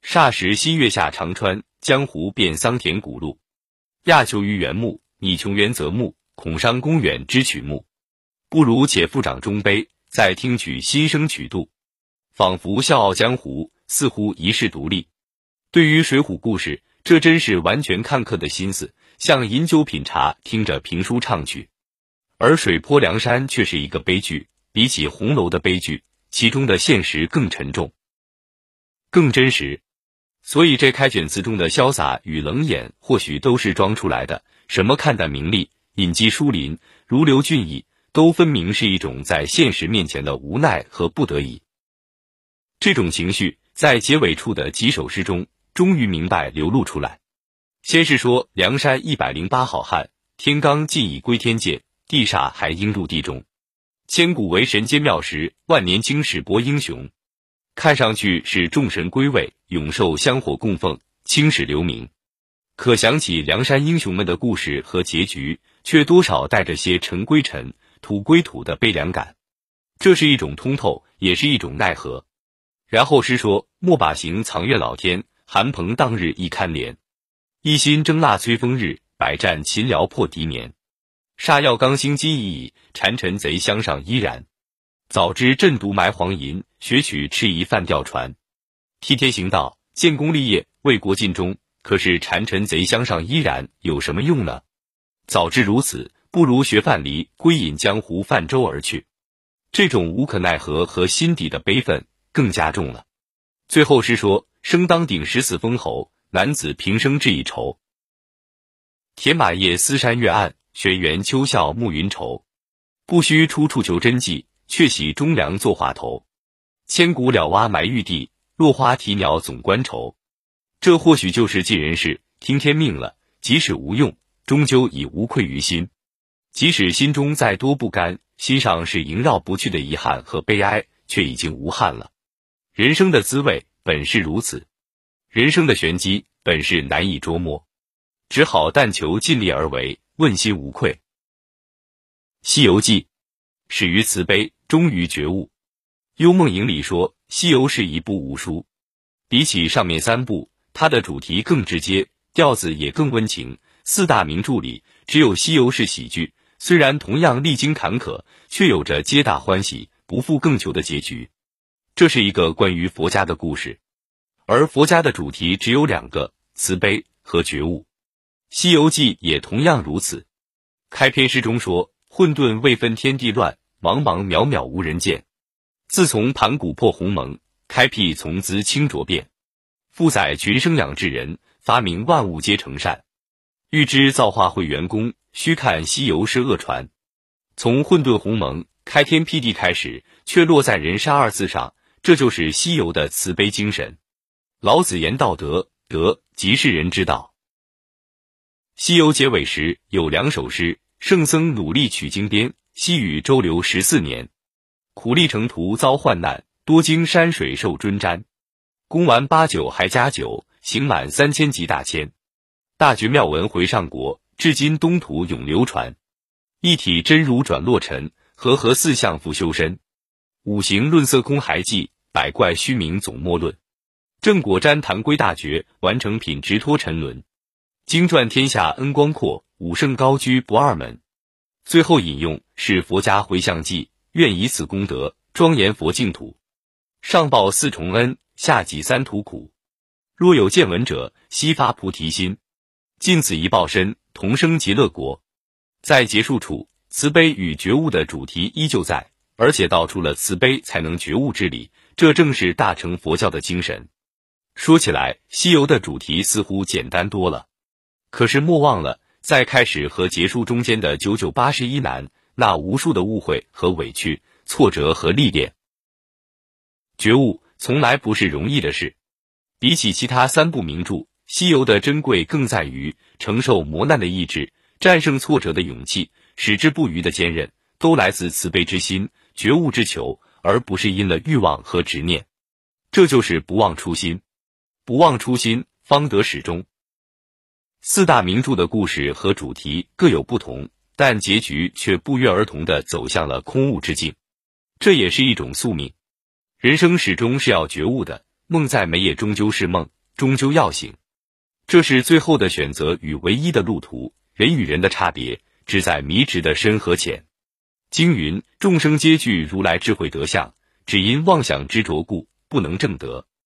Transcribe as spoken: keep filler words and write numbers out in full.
霎时西月下长川，江湖变桑田古路。亚求于原木，你穷源则木，恐伤公远之曲目。不如且复掌中杯，再听取新生曲度。仿佛笑傲江湖，似乎一世独立。对于水浒故事，这真是完全看客的心思，像饮酒品茶，听着评书唱曲。而水泊梁山却是一个悲剧，比起红楼的悲剧，其中的现实更沉重，更真实。所以这开卷词中的潇洒与冷眼，或许都是装出来的。什么看淡名利、隐迹疏林、如流俊逸，都分明是一种在现实面前的无奈和不得已。这种情绪在结尾处的几首诗中终于明白流露出来。先是说梁山一百零八好汉，天罡尽已归天界，地煞还应入地中。千古为神间妙石，万年经史播英雄。看上去是众神归位，永受香火供奉，青史留名。可想起梁山英雄们的故事和结局，却多少带着些尘归尘，土归土的悲凉感。这是一种通透，也是一种奈何。然后诗说：莫把行藏月老天，韩鹏当日亦堪怜。一心争蜡催风日，百战秦辽破敌眠。煞药刚兴机已矣，谗臣贼相上依然。早知朕独埋黄银，学取赤夷犯吊船。替天行道，建功立业，为国尽忠。可是谗臣贼相上依然有什么用呢？早知如此，不如学范蠡，归隐江湖泛舟而去。这种无可奈何和心底的悲愤更加重了。最后是说：生当顶十四封侯，男子平生志一愁。铁马夜思山岳暗，轩辕秋啸暮云愁。不须出处求真迹，却喜忠良做话头。千古了蛙埋玉地，落花啼鸟总关愁。这或许就是尽人事，听天命了，即使无用，终究已无愧于心。即使心中再多不甘，心上是萦绕不去的遗憾和悲哀，却已经无憾了。人生的滋味本是如此，人生的玄机本是难以捉摸，只好但求尽力而为，问心无愧。西游记始于慈悲，终于觉悟。幽梦影里说，西游是一部武书，比起上面三部，它的主题更直接，调子也更温情。四大名著里，只有西游是喜剧，虽然同样历经坎坷，却有着皆大欢喜，不负更求的结局。这是一个关于佛家的故事，而佛家的主题只有两个：慈悲和觉悟。西游记也同样如此。开篇诗中说：混沌未分天地乱，茫茫渺渺无人见。自从盘古破鸿蒙，开辟从兹清浊变。复载群生养智人，发明万物皆成善。欲知造化会元功，须看西游是恶传。从混沌鸿蒙、开天辟地开始，却落在人杀二字上，这就是西游的慈悲精神。老子言道德，德即是人之道。西游结尾时有两首诗：圣僧努力取经边，西与周流十四年。苦力成途遭患难，多经山水受谆瞻。攻完八九还加九，行满三千即大千。大觉妙文回上国，至今东土永流传。一体真如转落尘，和合四相复修身。五行论色空还记，百怪虚名总莫论。正果瞻谈归大觉，完成品直脱沉沦。经传天下恩光阔，武圣高居不二门。最后引用是佛家回向记，愿以此功德庄严佛净土，上报四重恩，下济三途苦。若有见闻者，悉发菩提心，尽此一报身，同生极乐国。在结束处，慈悲与觉悟的主题依旧在，而且道出了慈悲才能觉悟之理，这正是大乘佛教的精神。说起来，西游的主题似乎简单多了，可是莫忘了在开始和结束中间的九九八十一难，那无数的误会和委屈、挫折和历练。觉悟从来不是容易的事，比起其他三部名著，西游的珍贵更在于承受磨难的意志，战胜挫折的勇气，矢志不渝的坚韧，都来自慈悲之心、觉悟之求，而不是因了欲望和执念。这就是不忘初心，不忘初心，方得始终。四大名著的故事和主题各有不同，但结局却不约而同地走向了空悟之境。这也是一种宿命。人生始终是要觉悟的，梦在眉也终究是梦， 终究要醒。这是最后的选择与唯一的路途，人与人的差别，只在迷执的深和浅。经云：众生皆具如来智慧德相，只因妄想执着故，不能证得。